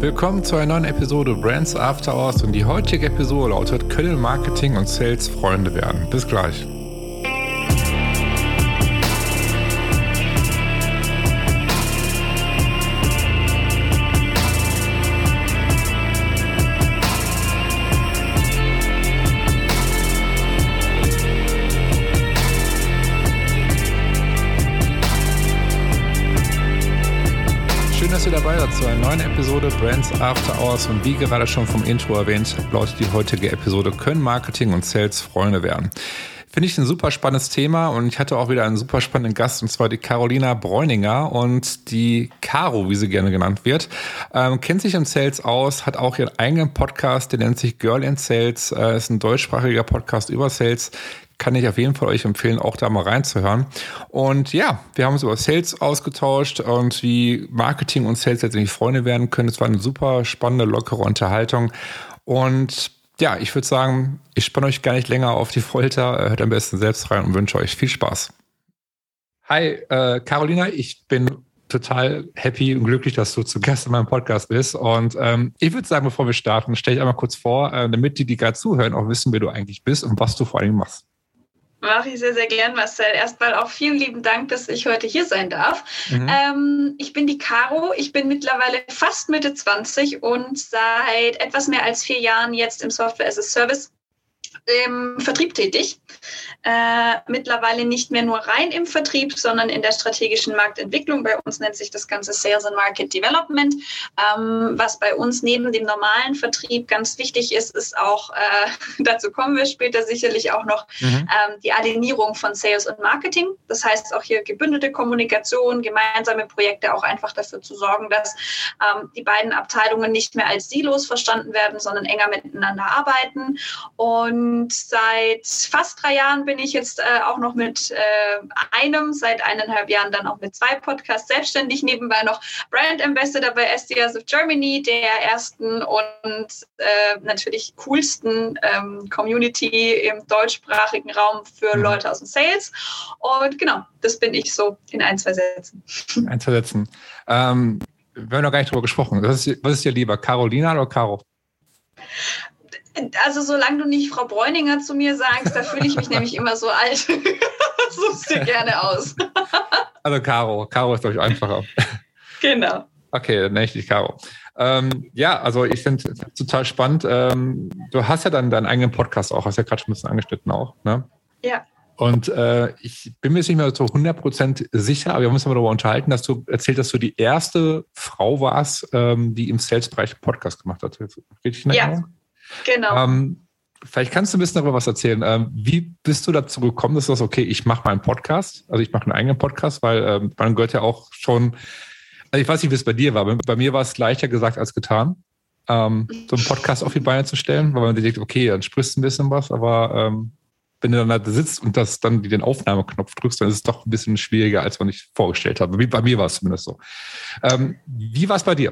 Willkommen zu einer neuen Episode Brands After Hours und die heutige Episode lautet: Können Marketing und Sales Freunde werden? Bis gleich. Schön, dass ihr dabei seid zu einer neuen Episode Brands After Hours und wie gerade schon vom Intro erwähnt, lautet die heutige Episode: Können Marketing und Sales Freunde werden? Finde ich ein super spannendes Thema und ich hatte auch wieder einen super spannenden Gast, und zwar die Carolina Bräuninger, und die Caro, wie sie gerne genannt wird, kennt sich im Sales aus, hat auch ihren eigenen Podcast, der nennt sich Girl in Sales, ist ein deutschsprachiger Podcast über Sales. Kann ich auf jeden Fall euch empfehlen, auch da mal reinzuhören. Und ja, wir haben uns über Sales ausgetauscht und wie Marketing und Sales letztendlich Freunde werden können. Es war eine super spannende, lockere Unterhaltung. Und ja, ich würde sagen, ich spanne euch gar nicht länger auf die Folter. Hört am besten selbst rein und wünsche euch viel Spaß. Hi, Carolina, ich bin total happy und glücklich, dass du zu Gast in meinem Podcast bist. Und ich würde sagen, bevor wir starten, stell dich einmal kurz vor, damit die gerade zuhören, auch wissen, wer du eigentlich bist und was du vor allem machst. Mache ich sehr, sehr gern, Marcel. Erstmal auch vielen lieben Dank, dass ich heute hier sein darf. Ich bin die Caro. Ich bin mittlerweile fast Mitte 20 und seit etwas mehr als 4 Jahren jetzt im Software as a Service im Vertrieb tätig. Mittlerweile nicht mehr nur rein im Vertrieb, sondern in der strategischen Marktentwicklung. Bei uns nennt sich das Ganze Sales and Market Development. Was bei uns neben dem normalen Vertrieb ganz wichtig ist, ist auch, dazu kommen wir später sicherlich auch noch, die Alinierung von Sales und Marketing. Das heißt auch hier gebündelte Kommunikation, gemeinsame Projekte, auch einfach dafür zu sorgen, dass die beiden Abteilungen nicht mehr als Silos verstanden werden, sondern enger miteinander arbeiten. Und seit fast 3 Jahren bin ich jetzt auch noch mit seit 1,5 Jahren dann auch mit 2 Podcasts selbstständig, nebenbei noch Brand Ambassador bei SDRs of Germany, der ersten und natürlich coolsten Community im deutschsprachigen Raum für Leute aus dem Sales. Und genau, das bin ich so in 1, 2 Sätzen. Wir haben noch gar nicht drüber gesprochen. Was ist dir lieber, Carolina oder Caro? Also solange du nicht Frau Bräuninger zu mir sagst, da fühle ich mich nämlich immer so alt. Suchst dir gerne aus. Also Caro. Caro ist, glaube ich, einfacher. Genau. Okay, dann nenne ich dich Caro. Ja, also ich finde es total spannend. Du hast ja dann deinen eigenen Podcast auch, hast ja gerade schon ein bisschen angeschnitten auch, ne? Ja. Und ich bin mir jetzt nicht mehr so 100% sicher, aber wir haben uns mal darüber unterhalten, dass du erzählt, dass du die erste Frau warst, die im Sales-Bereich einen Podcast gemacht hat. Richtig in Erinnerung? Ja. Genau. Vielleicht kannst du ein bisschen darüber was erzählen. Wie bist du dazu gekommen, dass du sagst, okay, ich mache meinen Podcast, also ich mache einen eigenen Podcast, weil man gehört ja auch schon, also ich weiß nicht, wie es bei dir war, aber bei mir war es leichter gesagt als getan, so einen Podcast auf die Beine zu stellen, weil man denkt, okay, dann sprichst du ein bisschen was, aber wenn du dann da sitzt und dann den Aufnahmeknopf drückst, dann ist es doch ein bisschen schwieriger, als man sich vorgestellt hat. Bei mir war es zumindest so. Wie war es bei dir?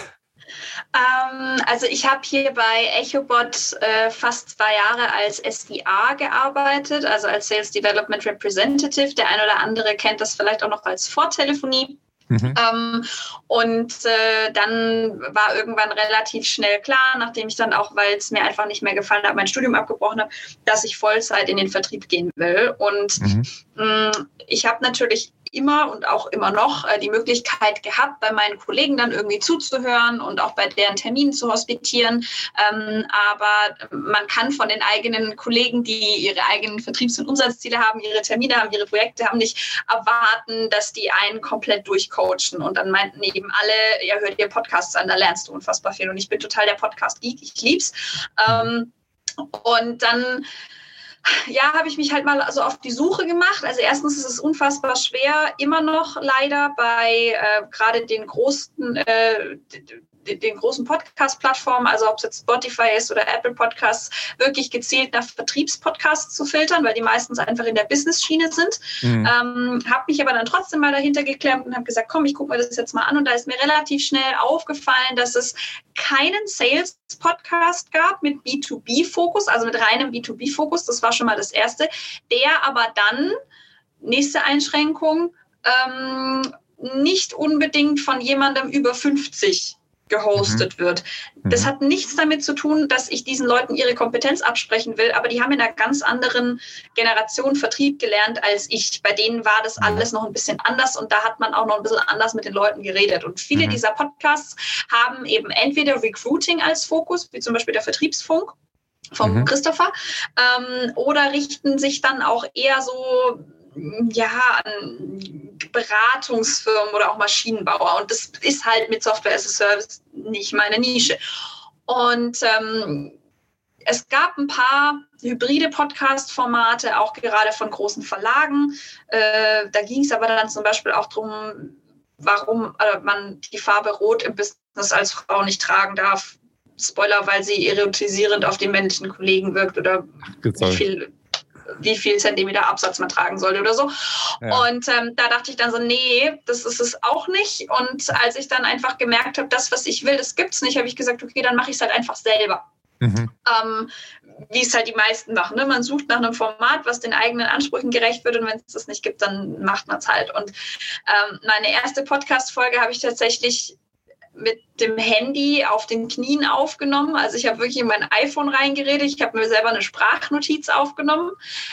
Also ich habe hier bei EchoBot fast 2 Jahre als SDA gearbeitet, also als Sales Development Representative. Der ein oder andere kennt das vielleicht auch noch als Vortelefonie. Und dann war irgendwann relativ schnell klar, nachdem ich dann auch, weil es mir einfach nicht mehr gefallen hat, mein Studium abgebrochen habe, dass ich Vollzeit in den Vertrieb gehen will. Und ich habe natürlich immer und auch immer noch die Möglichkeit gehabt, bei meinen Kollegen dann irgendwie zuzuhören und auch bei deren Terminen zu hospitieren. Aber man kann von den eigenen Kollegen, die ihre eigenen Vertriebs- und Umsatzziele haben, ihre Termine haben, ihre Projekte haben, nicht erwarten, dass die einen komplett durchcoachen. Und dann meinten eben alle, ja, hör dir Podcasts an, da lernst du unfassbar viel. Und ich bin total der Podcast-Geek, ich lieb's. Und dann habe ich mich halt mal so auf die Suche gemacht. Also erstens ist es unfassbar schwer, immer noch leider bei gerade den großen Podcast-Plattformen, also ob es jetzt Spotify ist oder Apple Podcasts, wirklich gezielt nach Vertriebspodcasts zu filtern, weil die meistens einfach in der Business-Schiene sind. Habe mich aber dann trotzdem mal dahinter geklemmt und habe gesagt, komm, ich gucke mir das jetzt mal an. Und da ist mir relativ schnell aufgefallen, dass es keinen Sales-Podcast gab mit B2B-Fokus, also mit reinem B2B-Fokus. Das war schon mal das Erste. Der aber dann, nächste Einschränkung, nicht unbedingt von jemandem über 50 gehostet wird. Das hat nichts damit zu tun, dass ich diesen Leuten ihre Kompetenz absprechen will, aber die haben in einer ganz anderen Generation Vertrieb gelernt als ich. Bei denen war das alles noch ein bisschen anders und da hat man auch noch ein bisschen anders mit den Leuten geredet. Und viele dieser Podcasts haben eben entweder Recruiting als Fokus, wie zum Beispiel der Vertriebsfunk vom Christopher, oder richten sich dann auch eher so an Beratungsfirmen oder auch Maschinenbauer. Und das ist halt mit Software as a Service nicht meine Nische. Und es gab ein paar hybride Podcast-Formate, auch gerade von großen Verlagen. Da ging es aber dann zum Beispiel auch darum, warum man die Farbe Rot im Business als Frau nicht tragen darf. Spoiler, weil sie erotisierend auf den männlichen Kollegen wirkt oder wie viel Zentimeter Absatz man tragen sollte oder so. Ja. Und da dachte ich dann so, nee, das ist es auch nicht. Und als ich dann einfach gemerkt habe, das, was ich will, das gibt's nicht, habe ich gesagt, okay, dann mache ich es halt einfach selber. Wie es halt die meisten machen. Ne? Man sucht nach einem Format, was den eigenen Ansprüchen gerecht wird und wenn es das nicht gibt, dann macht man es halt. Und meine erste Podcast-Folge habe ich tatsächlich mit dem Handy auf den Knien aufgenommen. Also ich habe wirklich in mein iPhone reingeredet. Ich habe mir selber eine Sprachnotiz aufgenommen.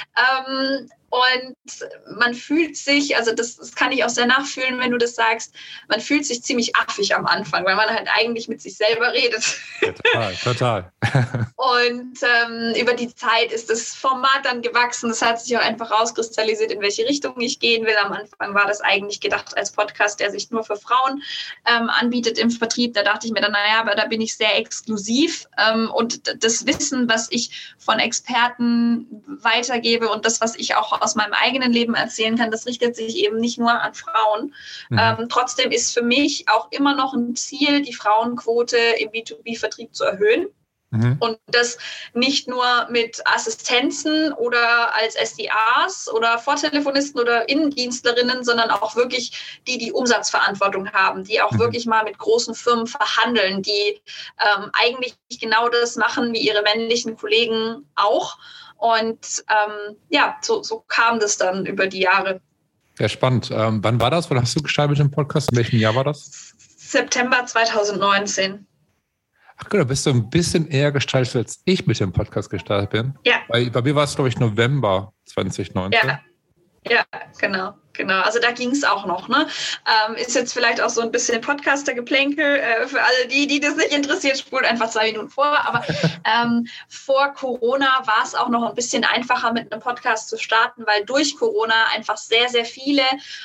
Und man fühlt sich, also das kann ich auch sehr nachfühlen, wenn du das sagst, man fühlt sich ziemlich affig am Anfang, weil man halt eigentlich mit sich selber redet. Total. Und über die Zeit ist das Format dann gewachsen. Es hat sich auch einfach rauskristallisiert, in welche Richtung ich gehen will. Am Anfang war das eigentlich gedacht als Podcast, der sich nur für Frauen anbietet im Vertrieb. Da dachte ich mir dann, aber da bin ich sehr exklusiv. Und das Wissen, was ich von Experten weitergebe und das, was ich auch aus meinem eigenen Leben erzählen kann, das richtet sich eben nicht nur an Frauen. Trotzdem ist für mich auch immer noch ein Ziel, die Frauenquote im B2B-Vertrieb zu erhöhen. Und das nicht nur mit Assistenzen oder als SDAs oder Vortelefonisten oder Innendienstlerinnen, sondern auch wirklich die Umsatzverantwortung haben, die auch wirklich mal mit großen Firmen verhandeln, die eigentlich genau das machen wie ihre männlichen Kollegen auch. Und so kam das dann über die Jahre. Ja, spannend. Wann war das? Wann hast du gestartet mit dem Podcast? In welchem Jahr war das? September 2019. Ach gut, da bist du ein bisschen eher gestartet, als ich mit dem Podcast gestartet bin. Ja. Bei mir war es, glaube ich, November 2019. Ja, genau. Also da ging es auch noch. Ne? Ist jetzt vielleicht auch so ein bisschen Podcaster-Geplänkel. Für alle, die das nicht interessiert, spult einfach 2 Minuten vor. Aber vor Corona war es auch noch ein bisschen einfacher, mit einem Podcast zu starten, weil durch Corona einfach sehr, sehr viele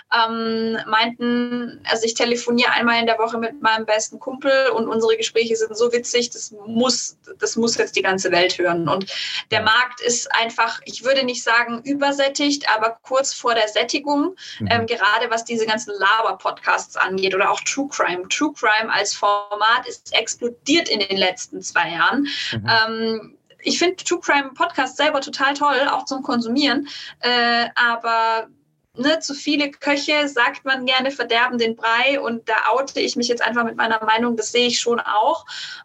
meinten, also ich telefoniere einmal in der Woche mit meinem besten Kumpel und unsere Gespräche sind so witzig, das muss jetzt die ganze Welt hören. Und der Markt ist einfach, ich würde nicht sagen übersättigt, aber kurz vor der Sättigung. Gerade was diese ganzen Laber-Podcasts angeht oder auch True Crime. True Crime als Format ist explodiert in den letzten 2 Jahren. Ich finde True Crime Podcast selber total toll, auch zum Konsumieren. Aber zu viele Köche, sagt man gerne, verderben den Brei. Und da oute ich mich jetzt einfach mit meiner Meinung. Das sehe ich schon auch.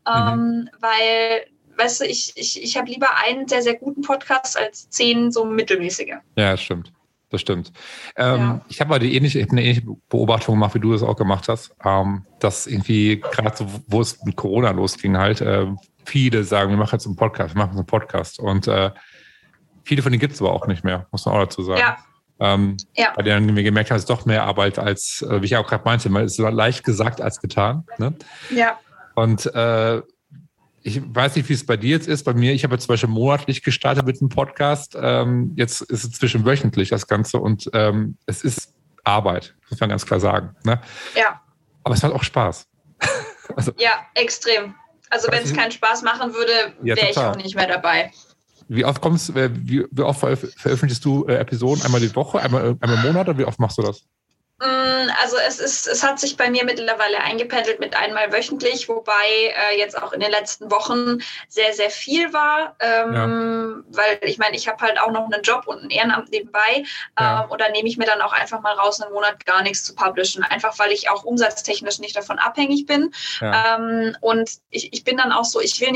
Weil, weißt du, ich habe lieber einen sehr, sehr guten Podcast als 10 so mittelmäßige. Ja, stimmt. Das stimmt. Ich habe eine ähnliche Beobachtung gemacht, wie du das auch gemacht hast, dass irgendwie gerade so, wo es mit Corona losging, halt viele sagen, wir machen jetzt einen Podcast, und viele von denen gibt es aber auch nicht mehr, muss man auch dazu sagen. Bei denen wir gemerkt haben, es ist doch mehr Arbeit als, wie ich auch gerade meinte, es ist leicht gesagt als getan. Ne? Ja. Und ich weiß nicht, wie es bei dir jetzt ist. Bei mir, ich habe jetzt zum Beispiel monatlich gestartet mit einem Podcast. Jetzt ist es zwischenwöchentlich das Ganze und es ist Arbeit, muss man ganz klar sagen. Ne? Ja. Aber es macht auch Spaß. Ja, extrem. Also wenn es keinen Spaß machen würde, wäre ich auch nicht mehr dabei. Wie oft veröffentlichst du Episoden? Einmal die Woche, einmal im Monat, oder wie oft machst du das? Also es hat sich bei mir mittlerweile eingependelt mit einmal wöchentlich, wobei jetzt auch in den letzten Wochen sehr, sehr viel war, weil ich meine, ich habe halt auch noch einen Job und ein Ehrenamt nebenbei und da nehme ich mir dann auch einfach mal raus, einen Monat gar nichts zu publishen, einfach weil ich auch umsatztechnisch nicht davon abhängig bin und ich bin dann auch so, ich will nicht den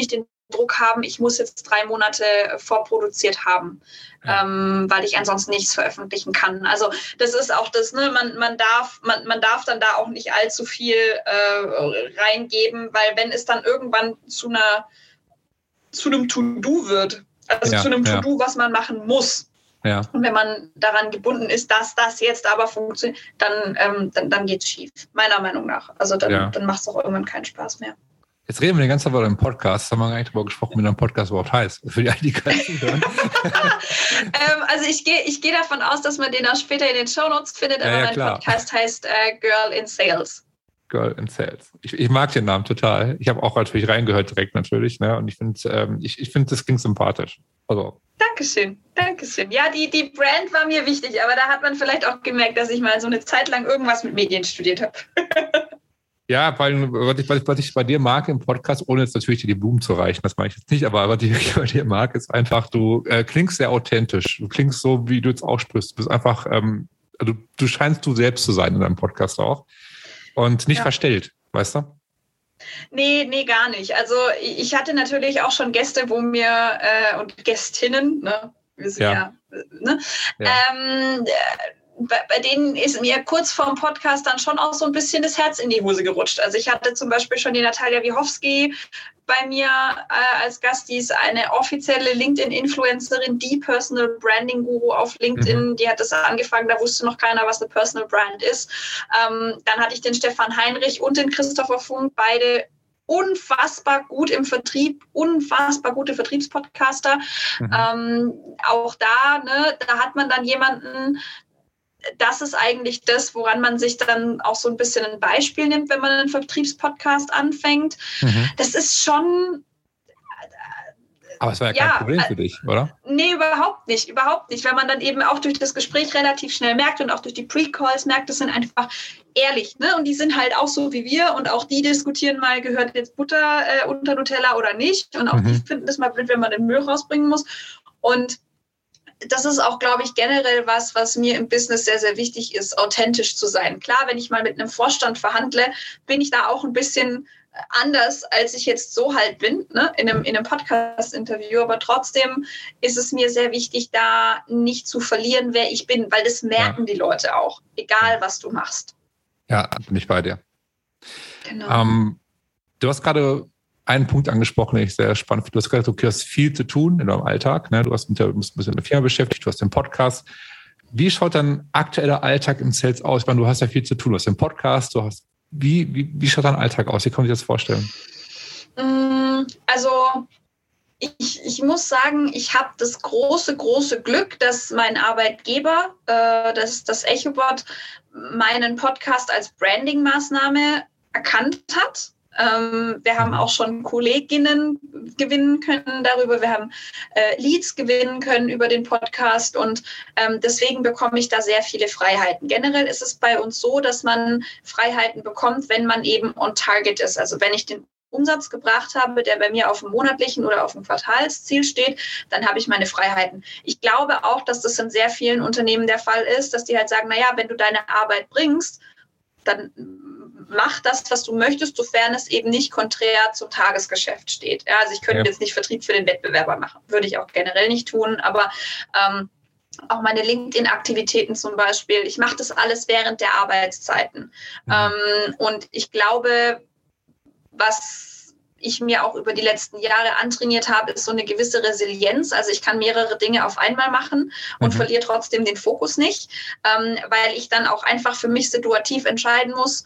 Druck haben, ich muss jetzt 3 Monate vorproduziert haben, weil ich ansonsten nichts veröffentlichen kann. Also das ist auch das, ne? Man darf dann da auch nicht allzu viel reingeben, weil wenn es dann irgendwann zu einem To-Do wird, also zu einem To-Do, was man machen muss. Ja. Und wenn man daran gebunden ist, dass das jetzt aber funktioniert, dann geht es schief, meiner Meinung nach. Also dann macht es auch irgendwann keinen Spaß mehr. Jetzt reden wir die ganze Zeit über den Podcast. Haben wir gar nicht darüber gesprochen, wie der Podcast überhaupt heißt. Für die die hören. Also ich gehe davon aus, dass man den auch später in den Shownotes findet, aber mein Podcast heißt Girl in Sales. Girl in Sales. Ich mag den Namen total. Ich habe auch natürlich reingehört direkt natürlich. Ne? Und ich finde, das klingt sympathisch. Also. Dankeschön. Ja, die Brand war mir wichtig, aber da hat man vielleicht auch gemerkt, dass ich mal so eine Zeit lang irgendwas mit Medien studiert habe. Ja, weil was ich bei dir mag im Podcast, ohne jetzt natürlich dir die Blumen zu reichen, das mache ich jetzt nicht, aber was ich bei dir mag, ist einfach, du klingst sehr authentisch. Du klingst so, wie du jetzt auch sprichst. Du bist einfach, du scheinst du selbst zu sein in deinem Podcast auch und nicht verstellt, weißt du? Nee, gar nicht. Also ich hatte natürlich auch schon Gäste, wo mir und Gästinnen, ne, wir sind ne, bei denen ist mir kurz vorm Podcast dann schon auch so ein bisschen das Herz in die Hose gerutscht. Also ich hatte zum Beispiel schon die Natalia Wiechowski bei mir als Gast, die ist eine offizielle LinkedIn-Influencerin, die Personal Branding Guru auf LinkedIn, die hat das angefangen, da wusste noch keiner, was eine Personal Brand ist. Dann hatte ich den Stefan Heinrich und den Christopher Funk, beide unfassbar gut im Vertrieb, unfassbar gute Vertriebspodcaster. Auch da hat man dann jemanden, das ist eigentlich das, woran man sich dann auch so ein bisschen ein Beispiel nimmt, wenn man einen Vertriebspodcast anfängt. Das ist schon... Aber es war ja kein Problem für dich, oder? Nee, überhaupt nicht, weil man dann eben auch durch das Gespräch relativ schnell merkt und auch durch die Pre-Calls merkt, das sind einfach ehrlich, ne? Und die sind halt auch so wie wir und auch die diskutieren mal, gehört jetzt Butter unter Nutella oder nicht, und auch die finden das mal blöd, wenn man den Müll rausbringen muss. Und das ist auch, glaube ich, generell was mir im Business sehr, sehr wichtig ist, authentisch zu sein. Klar, wenn ich mal mit einem Vorstand verhandle, bin ich da auch ein bisschen anders, als ich jetzt so halt bin, ne, in einem Podcast-Interview. Aber trotzdem ist es mir sehr wichtig, da nicht zu verlieren, wer ich bin, weil das merken die Leute auch, egal was du machst. Ja, bin ich bei dir. Genau. Du hast gerade einen Punkt angesprochen, den ich sehr spannend finde. Du hast gesagt, okay, du hast viel zu tun in deinem Alltag. Ne? Du bist ein bisschen in der Firma beschäftigt, du hast den Podcast. Wie schaut dein aktueller Alltag im Sales aus? Ich meine, du hast ja viel zu tun. Du hast den Podcast, wie schaut dein Alltag aus? Wie kann man sich das vorstellen? Also ich muss sagen, ich habe das große Glück, dass mein Arbeitgeber, das Echobot, meinen Podcast als Branding-Maßnahme erkannt hat. Wir haben auch schon Kolleginnen gewinnen können darüber. Wir haben Leads gewinnen können über den Podcast und deswegen bekomme ich da sehr viele Freiheiten. Generell ist es bei uns so, dass man Freiheiten bekommt, wenn man eben on target ist. Also wenn ich den Umsatz gebracht habe, der bei mir auf dem monatlichen oder auf dem Quartalsziel steht, dann habe ich meine Freiheiten. Ich glaube auch, dass das in sehr vielen Unternehmen der Fall ist, dass die halt sagen, naja, wenn du deine Arbeit bringst, dann mach das, was du möchtest, sofern es eben nicht konträr zum Tagesgeschäft steht. Ja, also ich könnte jetzt nicht Vertrieb für den Wettbewerber machen, würde ich auch generell nicht tun, aber auch meine LinkedIn-Aktivitäten zum Beispiel, ich mache das alles während der Arbeitszeiten. Und ich glaube, was ich mir auch über die letzten Jahre antrainiert habe, ist so eine gewisse Resilienz. Also ich kann mehrere Dinge auf einmal machen und verliere trotzdem den Fokus nicht, weil ich dann auch einfach für mich situativ entscheiden muss,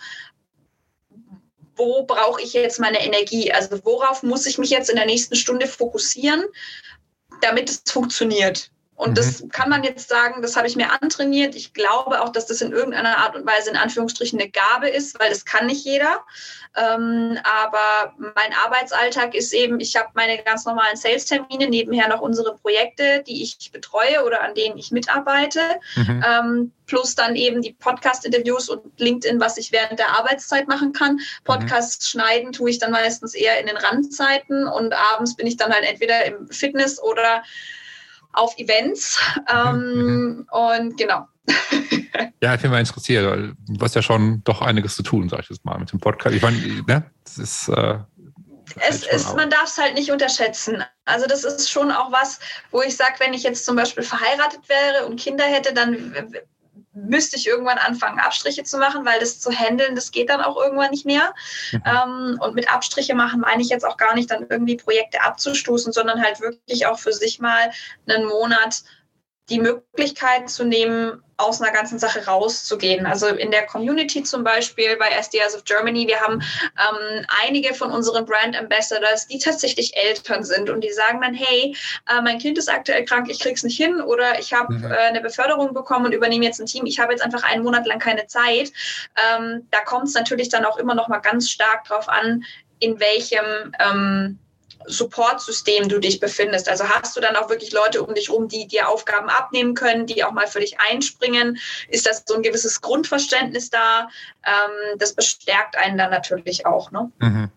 wo brauche ich jetzt meine Energie? Also worauf muss ich mich jetzt in der nächsten Stunde fokussieren, damit es funktioniert? Und das kann man jetzt sagen, das habe ich mir antrainiert. Ich glaube auch, dass das in irgendeiner Art und Weise in Anführungsstrichen eine Gabe ist, weil das kann nicht jeder. Aber mein Arbeitsalltag ist eben, ich habe meine ganz normalen Sales-Termine, nebenher noch unsere Projekte, die ich betreue oder an denen ich mitarbeite, plus dann eben die Podcast-Interviews und LinkedIn, was ich während der Arbeitszeit machen kann. Podcasts schneiden tue ich dann meistens eher in den Randzeiten und abends bin ich dann halt entweder im Fitness oder auf Events und genau. Ja, ich bin mal interessiert, weil du hast ja schon doch einiges zu tun, sag ich jetzt mal, mit dem Podcast. Ich meine, ne, das ist Man darf es halt nicht unterschätzen. Also das ist schon auch was, wo ich sage, wenn ich jetzt zum Beispiel verheiratet wäre und Kinder hätte, dann müsste ich irgendwann anfangen, Abstriche zu machen, weil das zu handeln, das geht dann auch irgendwann nicht mehr. Und mit Abstriche machen meine ich jetzt auch gar nicht, dann irgendwie Projekte abzustoßen, sondern halt wirklich auch für sich mal einen Monat die Möglichkeit zu nehmen, aus einer ganzen Sache rauszugehen. Also in der Community zum Beispiel bei SDRs of Germany, wir haben einige von unseren Brand Ambassadors, die tatsächlich Eltern sind und die sagen dann, hey, mein Kind ist aktuell krank, ich krieg's nicht hin oder ich habe eine Beförderung bekommen und übernehme jetzt ein Team, ich habe jetzt einfach einen Monat lang keine Zeit. Da kommt es natürlich dann auch immer noch mal ganz stark drauf an, in welchem Supportsystem du dich befindest. Also hast du dann auch wirklich Leute um dich rum, die dir Aufgaben abnehmen können, die auch mal für dich einspringen? Ist das so ein gewisses Grundverständnis da? Das bestärkt einen dann natürlich auch. Ne?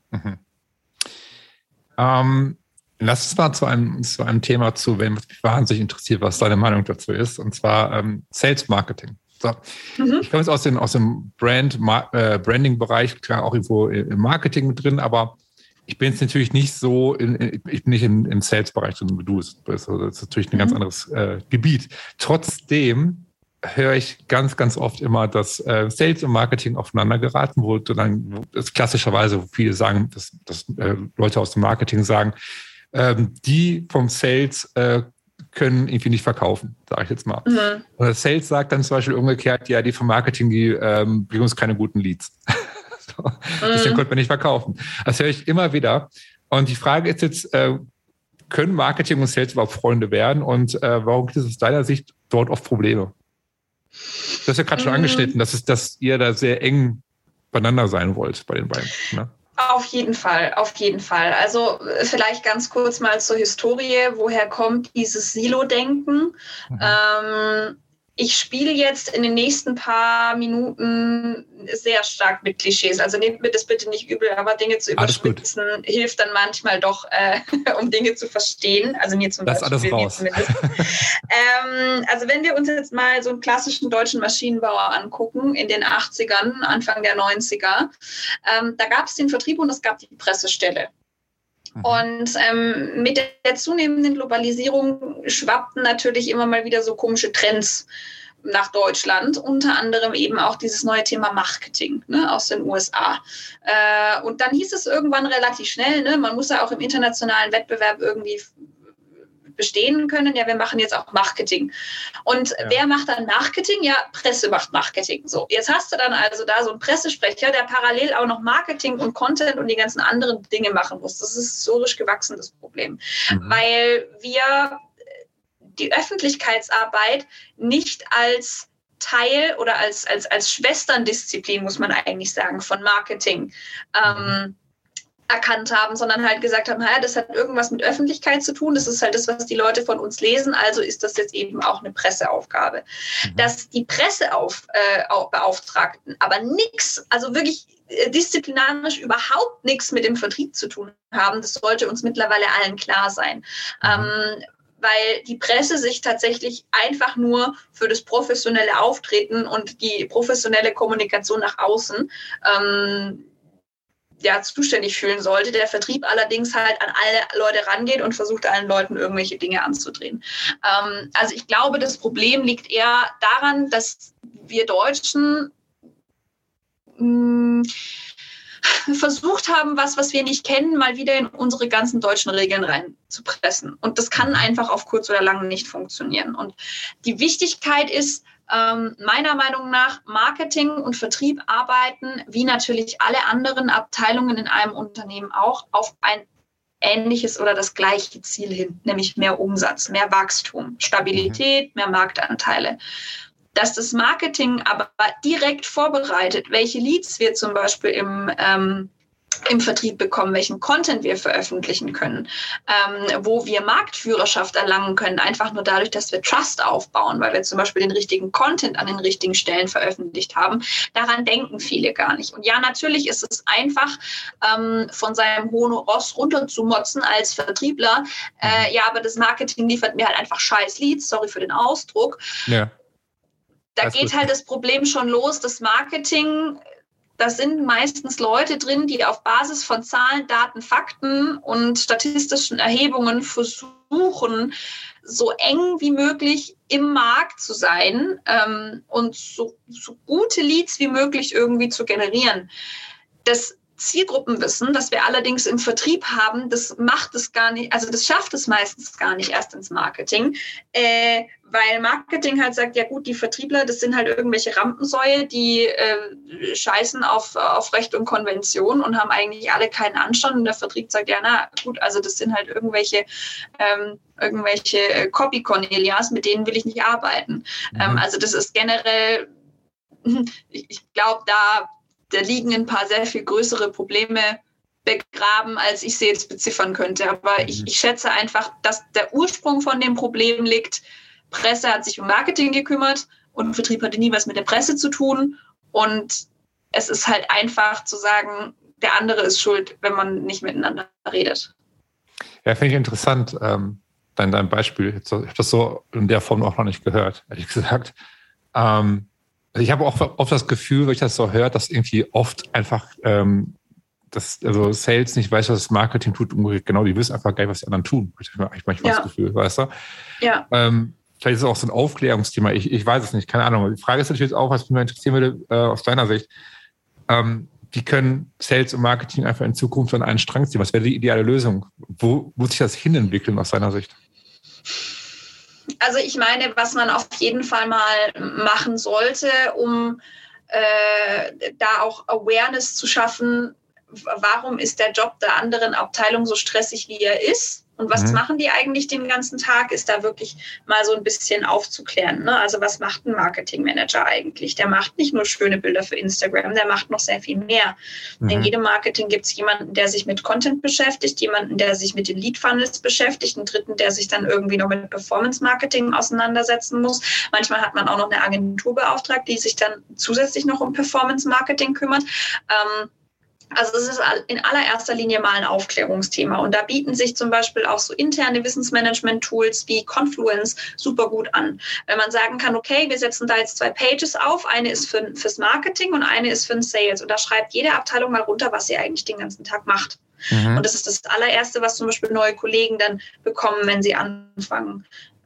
Lass uns mal zu einem Thema wenn mich wahnsinnig interessiert, was deine Meinung dazu ist, und zwar Sales Marketing. So. Ich komme jetzt aus dem Branding-Bereich, klar auch irgendwo im Marketing mit drin, aber ich bin jetzt natürlich nicht so, ich bin nicht im Sales-Bereich drin, wie du es bist. Also das ist natürlich ein ganz anderes Gebiet. Trotzdem höre ich ganz, ganz oft immer, dass Sales und Marketing aufeinander geraten, wo das klassischerweise viele sagen, dass Leute aus dem Marketing sagen, die vom Sales können irgendwie nicht verkaufen, sage ich jetzt mal. Und das Sales sagt dann zum Beispiel umgekehrt, ja, die vom Marketing, die bringen uns keine guten Leads. Deswegen konnte man nicht verkaufen. Das höre ich immer wieder. Und die Frage ist jetzt, können Marketing und Sales überhaupt Freunde werden? Und warum gibt es aus deiner Sicht dort oft Probleme? Du hast ja gerade schon angeschnitten, dass ihr da sehr eng beieinander sein wollt bei den beiden. Ne? Auf jeden Fall, auf jeden Fall. Also vielleicht ganz kurz mal zur Historie. Woher kommt dieses Silo-Denken? Ich spiele jetzt in den nächsten paar Minuten sehr stark mit Klischees. Also nehmt mir das bitte nicht übel, aber Dinge zu überspitzen hilft dann manchmal doch, um Dinge zu verstehen. Also mir zum Beispiel. Lass alles raus. Zumindest. Also wenn wir uns jetzt mal so einen klassischen deutschen Maschinenbauer angucken, in den 80ern, Anfang der 90er, da gab es den Vertrieb und es gab die Pressestelle. Und mit der zunehmenden Globalisierung schwappten natürlich immer mal wieder so komische Trends nach Deutschland, unter anderem eben auch dieses neue Thema Marketing, ne, aus den USA. Und dann hieß es irgendwann relativ schnell, ne, man muss ja auch im internationalen Wettbewerb irgendwie bestehen können, ja, wir machen jetzt auch Marketing. Und wer macht dann Marketing? Ja, Presse macht Marketing. So, jetzt hast du dann also da so einen Pressesprecher, der parallel auch noch Marketing und Content und die ganzen anderen Dinge machen muss. Das ist historisch gewachsen, das Problem. Weil wir die Öffentlichkeitsarbeit nicht als Teil oder als Schwesterndisziplin, muss man eigentlich sagen, von Marketing erkannt haben, sondern halt gesagt haben, naja, das hat irgendwas mit Öffentlichkeit zu tun, das ist halt das, was die Leute von uns lesen, also ist das jetzt eben auch eine Presseaufgabe. Dass die Pressebeauftragten aber nichts, also wirklich disziplinarisch überhaupt nichts mit dem Vertrieb zu tun haben, das sollte uns mittlerweile allen klar sein. Weil die Presse sich tatsächlich einfach nur für das professionelle Auftreten und die professionelle Kommunikation nach außen zuständig fühlen sollte. Der Vertrieb allerdings halt an alle Leute rangeht und versucht, allen Leuten irgendwelche Dinge anzudrehen. Also ich glaube, das Problem liegt eher daran, dass wir Deutschen versucht haben, was wir nicht kennen, mal wieder in unsere ganzen deutschen Regeln reinzupressen. Und das kann einfach auf kurz oder lang nicht funktionieren. Und die Wichtigkeit ist, meiner Meinung nach, Marketing und Vertrieb arbeiten, wie natürlich alle anderen Abteilungen in einem Unternehmen auch, auf ein ähnliches oder das gleiche Ziel hin, nämlich mehr Umsatz, mehr Wachstum, Stabilität, mehr Marktanteile. Dass das Marketing aber direkt vorbereitet, welche Leads wir zum Beispiel im Vertrieb bekommen, welchen Content wir veröffentlichen können, wo wir Marktführerschaft erlangen können, einfach nur dadurch, dass wir Trust aufbauen, weil wir zum Beispiel den richtigen Content an den richtigen Stellen veröffentlicht haben. Daran denken viele gar nicht. Und ja, natürlich ist es einfach, von seinem hohen Ross runter zu motzen als Vertriebler. Ja, aber das Marketing liefert mir halt einfach scheiß Leads, sorry für den Ausdruck. Ja. Da geht halt das Problem schon los, das Marketing, da sind meistens Leute drin, die auf Basis von Zahlen, Daten, Fakten und statistischen Erhebungen versuchen, so eng wie möglich im Markt zu sein und so gute Leads wie möglich irgendwie zu generieren. Das Zielgruppenwissen, das wir allerdings im Vertrieb haben, das macht es gar nicht, also das schafft es meistens gar nicht erst ins Marketing, weil Marketing halt sagt, ja gut, die Vertriebler, das sind halt irgendwelche Rampensäue, die scheißen auf Recht und Konvention und haben eigentlich alle keinen Anstand und der Vertrieb sagt, ja na gut, also das sind halt irgendwelche Copy-Cornelias, mit denen will ich nicht arbeiten. Also das ist generell, ich glaube, da liegen ein paar sehr viel größere Probleme begraben, als ich sie jetzt beziffern könnte. Aber ich schätze einfach, dass der Ursprung von dem Problem liegt. Presse hat sich um Marketing gekümmert und Vertrieb hatte nie was mit der Presse zu tun. Und es ist halt einfach zu sagen, der andere ist schuld, wenn man nicht miteinander redet. Ja, finde ich interessant, dein Beispiel. Ich habe das so in der Form auch noch nicht gehört, ehrlich gesagt. Ich habe auch oft das Gefühl, wenn ich das so höre, dass irgendwie oft einfach also Sales nicht weiß, was das Marketing tut. Genau, die wissen einfach gar nicht, was die anderen tun. Ich habe manchmal das Gefühl, weißt du? Ja. Vielleicht ist es auch so ein Aufklärungsthema. Ich weiß es nicht, keine Ahnung. Die Frage ist natürlich auch, was mich interessieren würde, aus deiner Sicht. Wie können Sales und Marketing einfach in Zukunft an einen Strang ziehen? Was wäre die ideale Lösung? Wo muss sich das hinentwickeln aus deiner Sicht? Also ich meine, was man auf jeden Fall mal machen sollte, um da auch Awareness zu schaffen, warum ist der Job der anderen Abteilung so stressig, wie er ist? Und was machen die eigentlich den ganzen Tag, ist da wirklich mal so ein bisschen aufzuklären. Ne? Also was macht ein Marketingmanager eigentlich? Der macht nicht nur schöne Bilder für Instagram, der macht noch sehr viel mehr. In jedem Marketing gibt es jemanden, der sich mit Content beschäftigt, jemanden, der sich mit den Lead-Funnels beschäftigt, einen dritten, der sich dann irgendwie noch mit Performance-Marketing auseinandersetzen muss. Manchmal hat man auch noch eine Agentur beauftragt, die sich dann zusätzlich noch um Performance-Marketing kümmert. Also es ist in allererster Linie mal ein Aufklärungsthema. Und da bieten sich zum Beispiel auch so interne Wissensmanagement-Tools wie Confluence super gut an. Wenn man sagen kann, okay, wir setzen da jetzt 2 Pages auf, eine ist fürs Marketing und eine ist für den Sales. Und da schreibt jede Abteilung mal runter, was sie eigentlich den ganzen Tag macht. Und das ist das allererste, was zum Beispiel neue Kollegen dann bekommen, wenn sie anfangen.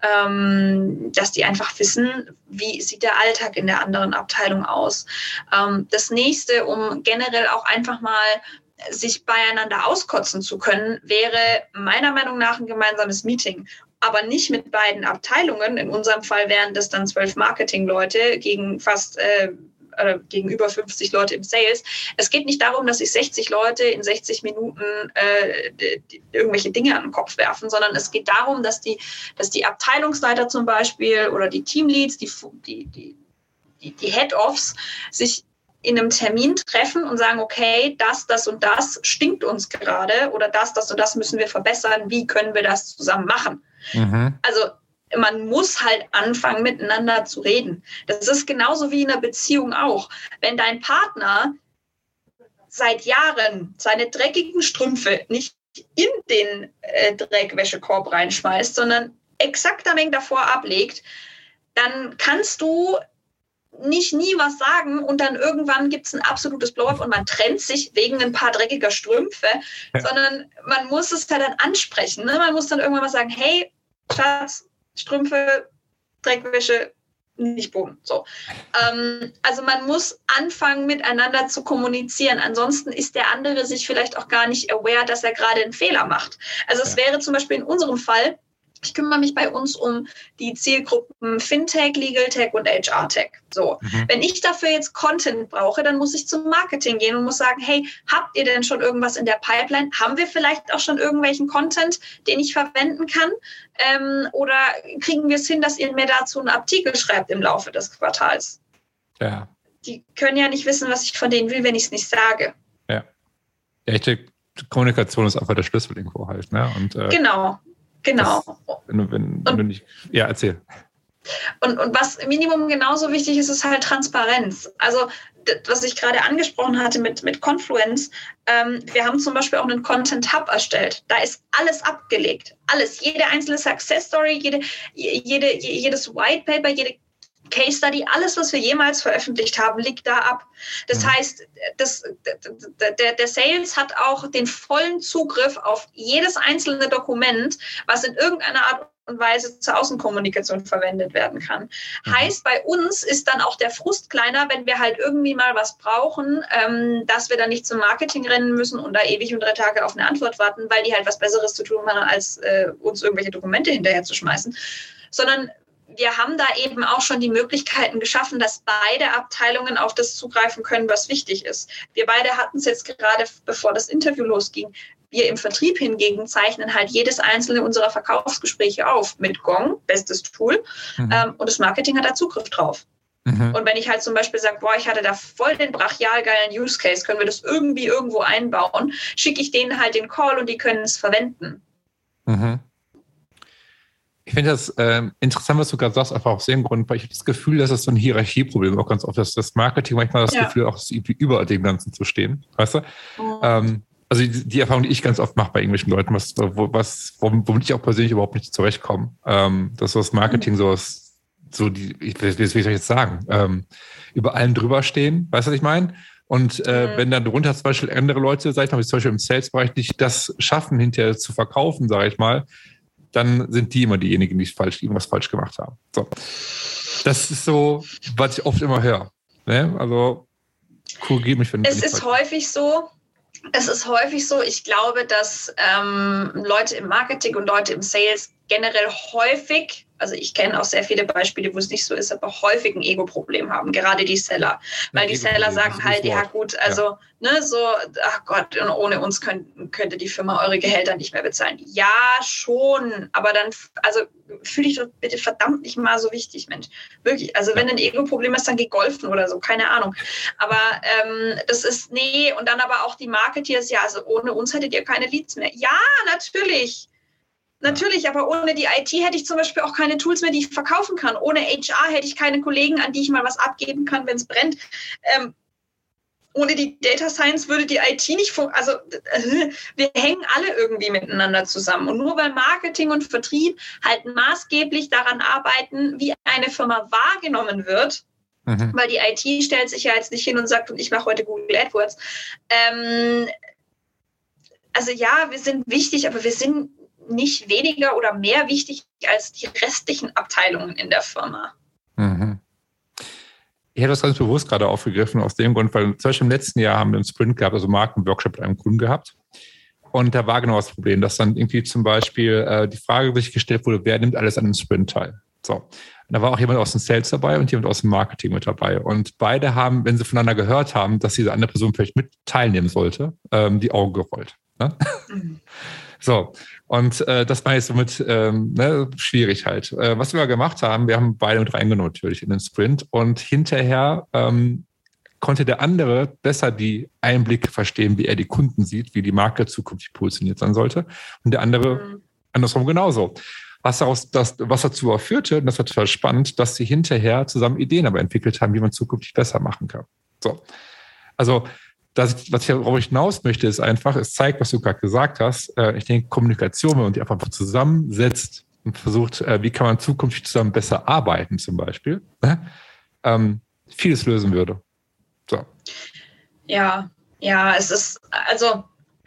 Dass die einfach wissen, wie sieht der Alltag in der anderen Abteilung aus. Das nächste, um generell auch einfach mal sich beieinander auskotzen zu können, wäre meiner Meinung nach ein gemeinsames Meeting. Aber nicht mit beiden Abteilungen. In unserem Fall wären das dann 12 Marketing-Leute gegen gegenüber 50 Leute im Sales. Es geht nicht darum, dass sich 60 Leute in 60 Minuten irgendwelche Dinge an den Kopf werfen, sondern es geht darum, dass die Abteilungsleiter zum Beispiel oder die Teamleads, die Head-Offs sich in einem Termin treffen und sagen, okay, das und das stinkt uns gerade oder das und das müssen wir verbessern. Wie können wir das zusammen machen? Also man muss halt anfangen, miteinander zu reden. Das ist genauso wie in einer Beziehung auch. Wenn dein Partner seit Jahren seine dreckigen Strümpfe nicht in den Dreckwäschekorb reinschmeißt, sondern exakt am Ende davor ablegt, dann kannst du nie was sagen und dann irgendwann gibt es ein absolutes Blow-up und man trennt sich wegen ein paar dreckiger Strümpfe, sondern man muss es ja dann ansprechen. Ne? Man muss dann irgendwann mal sagen, hey, Schatz, Strümpfe, Dreckwäsche, nicht Boden. So. Also man muss anfangen, miteinander zu kommunizieren. Ansonsten ist der andere sich vielleicht auch gar nicht aware, dass er gerade einen Fehler macht. Also es wäre zum Beispiel in unserem Fall, ich kümmere mich bei uns um die Zielgruppen Fintech, Legal Tech und HR Tech. So. Wenn ich dafür jetzt Content brauche, dann muss ich zum Marketing gehen und muss sagen, hey, habt ihr denn schon irgendwas in der Pipeline? Haben wir vielleicht auch schon irgendwelchen Content, den ich verwenden kann? Oder kriegen wir es hin, dass ihr mir dazu einen Artikel schreibt im Laufe des Quartals? Ja. Die können ja nicht wissen, was ich von denen will, wenn ich es nicht sage. Ja. Echte Kommunikation ist einfach der Schlüssel irgendwo halt. Ne? Und, genau. Wenn du nicht. Ja, erzähl. Und was Minimum genauso wichtig ist, ist halt Transparenz. Also, was ich gerade angesprochen hatte mit Confluence, wir haben zum Beispiel auch einen Content Hub erstellt. Da ist alles abgelegt. Alles. Jede einzelne Success Story, jedes White Paper, jede Case Study, alles, was wir jemals veröffentlicht haben, liegt da ab. Das heißt, der Sales hat auch den vollen Zugriff auf jedes einzelne Dokument, was in irgendeiner Art und Weise zur Außenkommunikation verwendet werden kann. Heißt, bei uns ist dann auch der Frust kleiner, wenn wir halt irgendwie mal was brauchen, dass wir dann nicht zum Marketing rennen müssen und da ewig und 3 Tage auf eine Antwort warten, weil die halt was Besseres zu tun haben, als uns irgendwelche Dokumente hinterher zu schmeißen, sondern wir haben da eben auch schon die Möglichkeiten geschaffen, dass beide Abteilungen auf das zugreifen können, was wichtig ist. Wir beide hatten es jetzt gerade, bevor das Interview losging. Wir im Vertrieb hingegen zeichnen halt jedes einzelne unserer Verkaufsgespräche auf mit Gong, bestes Tool, und das Marketing hat da Zugriff drauf. Und wenn ich halt zum Beispiel sage, ich hatte da voll den brachial geilen Use Case, können wir das irgendwie irgendwo einbauen, schicke ich denen halt den Call und die können es verwenden. Ich finde das interessant, was du gerade sagst, einfach aus dem Grund, weil ich habe das Gefühl, dass das so ein Hierarchieproblem auch ganz oft ist, das Marketing manchmal das Gefühl auch über dem Ganzen zu stehen, weißt du? Also die Erfahrung, die ich ganz oft mache bei irgendwelchen Leuten, womit ich auch persönlich überhaupt nicht zurechtkomme, dass so das Marketing wie soll ich jetzt sagen, über allen drüber stehen, weißt du, was ich meine? Und wenn dann drunter zum Beispiel andere Leute, sag ich mal, wie zum Beispiel im Sales-Bereich, nicht das schaffen, hinterher zu verkaufen, sage ich mal, dann sind die immer diejenigen, die irgendwas falsch gemacht haben. So. Das ist so, was ich oft immer höre. Ne? Also, korrigiere mich, wenn es ist häufig so. Es ist häufig so. Ich glaube, dass Leute im Marketing und Leute im Sales generell häufig, also ich kenne auch sehr viele Beispiele, wo es nicht so ist, aber häufig ein Ego-Problem haben, gerade die Seller. Weil die Seller sagen halt, ja gut, also ach Gott, und ohne uns könnte die Firma eure Gehälter nicht mehr bezahlen. Ja, schon, aber dann, also fühle ich doch bitte verdammt nicht mal so wichtig, Mensch. Wirklich, also wenn ein Ego-Problem ist, dann geh golfen oder so, keine Ahnung. Aber das ist, und dann aber auch die Marketeers, ja, also ohne uns hättet ihr keine Leads mehr. Ja, natürlich. Natürlich, aber ohne die IT hätte ich zum Beispiel auch keine Tools mehr, die ich verkaufen kann. Ohne HR hätte ich keine Kollegen, an die ich mal was abgeben kann, wenn es brennt. Ohne die Data Science würde die IT nicht funktionieren. Also wir hängen alle irgendwie miteinander zusammen. Und nur weil Marketing und Vertrieb halt maßgeblich daran arbeiten, wie eine Firma wahrgenommen wird, weil die IT stellt sich ja jetzt nicht hin und sagt, und ich mache heute Google AdWords. Also ja, wir sind wichtig, aber wir sind nicht weniger oder mehr wichtig als die restlichen Abteilungen in der Firma. Ich hätte das ganz bewusst gerade aufgegriffen, aus dem Grund, weil zum Beispiel im letzten Jahr haben wir einen Sprint gehabt, also Markenworkshop mit einem Kunden gehabt. Und da war genau das Problem, dass dann irgendwie zum Beispiel die Frage sich gestellt wurde, wer nimmt alles an einem Sprint teil? So. Und da war auch jemand aus dem Sales dabei und jemand aus dem Marketing mit dabei. Und beide haben, wenn sie voneinander gehört haben, dass diese andere Person vielleicht mit teilnehmen sollte, die Augen gerollt. Ne? So, und das war jetzt somit schwierig halt. Was wir gemacht haben, wir haben beide mit reingenommen natürlich in den Sprint und hinterher konnte der andere besser die Einblicke verstehen, wie er die Kunden sieht, wie die Marke zukünftig positioniert sein sollte und der andere andersrum genauso. Was dazu auch führte, und das war total spannend, dass sie hinterher zusammen Ideen aber entwickelt haben, wie man zukünftig besser machen kann. So, also worauf ich hinaus möchte, ist einfach, es zeigt, was du gerade gesagt hast. Ich denke, Kommunikation, wenn man die einfach zusammensetzt und versucht, wie kann man zukünftig zusammen besser arbeiten zum Beispiel, vieles lösen würde. So. Ja, es ist, also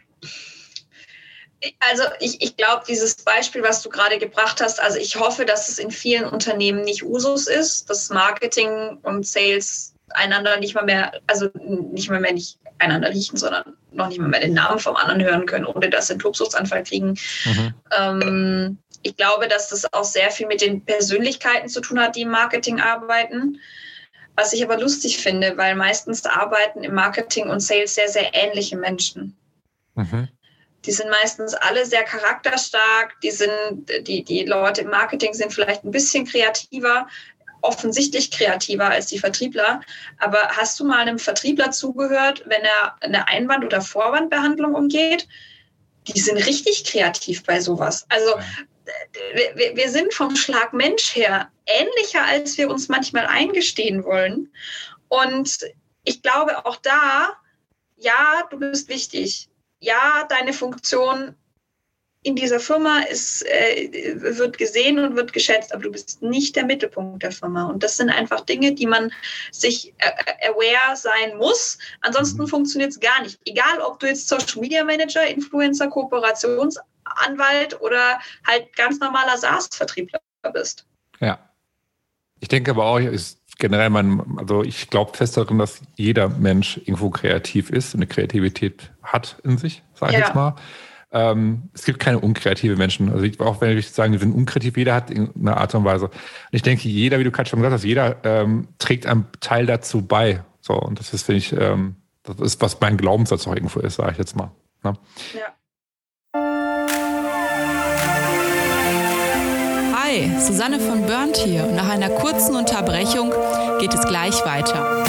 ich glaube, dieses Beispiel, was du gerade gebracht hast, also ich hoffe, dass es in vielen Unternehmen nicht Usus ist, dass Marketing und Sales einander nicht einander riechen, sondern noch nicht mal mehr den Namen vom anderen hören können, ohne dass sie einen Tobsuchtsanfall kriegen. Ich glaube, dass das auch sehr viel mit den Persönlichkeiten zu tun hat, die im Marketing arbeiten. Was ich aber lustig finde, weil meistens arbeiten im Marketing und Sales sehr, sehr ähnliche Menschen. Die sind meistens alle sehr charakterstark. Die Leute im Marketing sind vielleicht ein bisschen kreativer, offensichtlich kreativer als die Vertriebler. Aber hast du mal einem Vertriebler zugehört, wenn er eine Einwand- oder Vorwandbehandlung umgeht? Die sind richtig kreativ bei sowas. Also wir sind vom Schlag Mensch her ähnlicher, als wir uns manchmal eingestehen wollen. Und ich glaube auch da, ja, du bist wichtig. Ja, deine Funktion in dieser Firma wird gesehen und wird geschätzt, aber du bist nicht der Mittelpunkt der Firma. Und das sind einfach Dinge, die man sich aware sein muss. Ansonsten funktioniert es gar nicht. Egal, ob du jetzt Social Media Manager, Influencer, Kooperationsanwalt oder halt ganz normaler SaaS-Vertriebler bist. Ja. Ich denke aber auch, ist generell also ich glaube fest darin, dass jeder Mensch irgendwo kreativ ist und eine Kreativität hat in sich, sage ich jetzt mal. Es gibt keine unkreative Menschen. Also auch wenn ich sagen, wir sind unkreativ, jeder hat eine Art und Weise. Und ich denke, jeder, wie du gerade schon gesagt hast, jeder trägt einen Teil dazu bei. So, und das ist, finde ich, das ist, was mein Glaubenssatz auch irgendwo ist, sage ich jetzt mal. Ne? Ja. Hi, Susanne von Burnt hier. Und nach einer kurzen Unterbrechung geht es gleich weiter.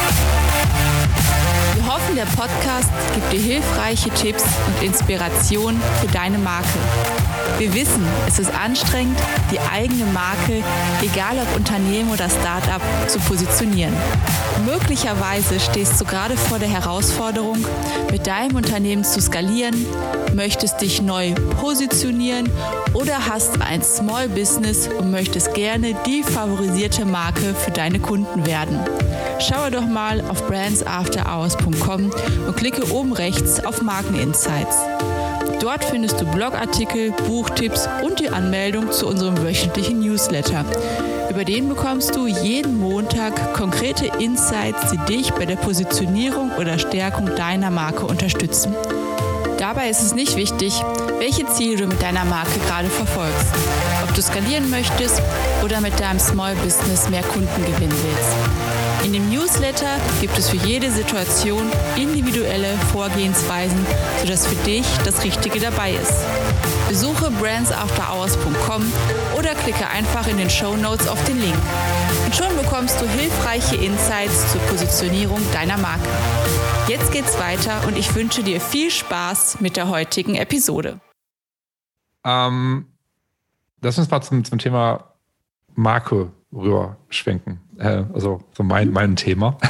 Wir hoffen, der Podcast gibt dir hilfreiche Tipps und Inspiration für deine Marke. Wir wissen, es ist anstrengend, die eigene Marke, egal ob Unternehmen oder Start-up, zu positionieren. Möglicherweise stehst du gerade vor der Herausforderung, mit deinem Unternehmen zu skalieren, möchtest dich neu positionieren oder hast ein Small Business und möchtest gerne die favorisierte Marke für deine Kunden werden. Schaue doch mal auf brandsafterhours.com und klicke oben rechts auf Markeninsights. Dort findest du Blogartikel, Buchtipps und die Anmeldung zu unserem wöchentlichen Newsletter. Über den bekommst du jeden Montag konkrete Insights, die dich bei der Positionierung oder Stärkung deiner Marke unterstützen. Dabei ist es nicht wichtig, welche Ziele du mit deiner Marke gerade verfolgst. Ob du skalieren möchtest oder mit deinem Small Business mehr Kunden gewinnen willst. In dem Newsletter gibt es für jede Situation individuelle Vorgehensweisen, sodass für dich das Richtige dabei ist. Besuche brandsafterhours.com oder klicke einfach in den Shownotes auf den Link. Und schon bekommst du hilfreiche Insights zur Positionierung deiner Marke. Jetzt geht's weiter und ich wünsche dir viel Spaß mit der heutigen Episode. Lass uns mal zum Thema Marke rüber schwenken. Also so mein Thema.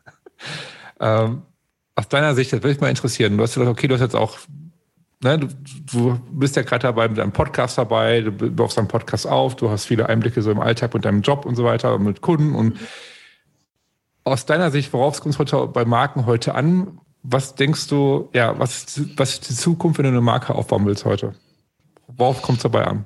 Aus deiner Sicht, das würde mich mal interessieren. Du hast gesagt, okay, du hast jetzt auch, ne, du bist ja gerade dabei mit deinem Podcast dabei, du baust deinen Podcast auf, du hast viele Einblicke so im Alltag mit deinem Job und so weiter, mit Kunden. Und aus deiner Sicht, worauf kommt es heute bei Marken heute an? Was denkst du, ja, was ist die Zukunft, wenn du eine Marke aufbauen willst heute? Worauf kommt es dabei an?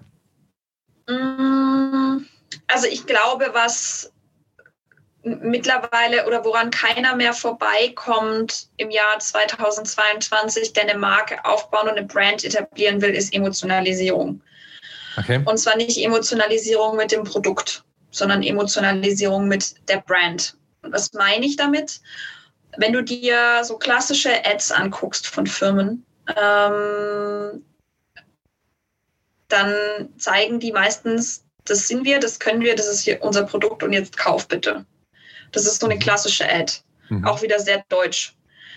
Also ich glaube, was mittlerweile oder woran keiner mehr vorbeikommt im Jahr 2022, der eine Marke aufbauen und eine Brand etablieren will, ist Emotionalisierung. Okay. Und zwar nicht Emotionalisierung mit dem Produkt, sondern Emotionalisierung mit der Brand. Und was meine ich damit? Wenn du dir so klassische Ads anguckst von Firmen, dann zeigen die meistens, das sind wir, das können wir, das ist hier unser Produkt und jetzt kauf bitte. Das ist so eine klassische Ad. Auch wieder sehr deutsch.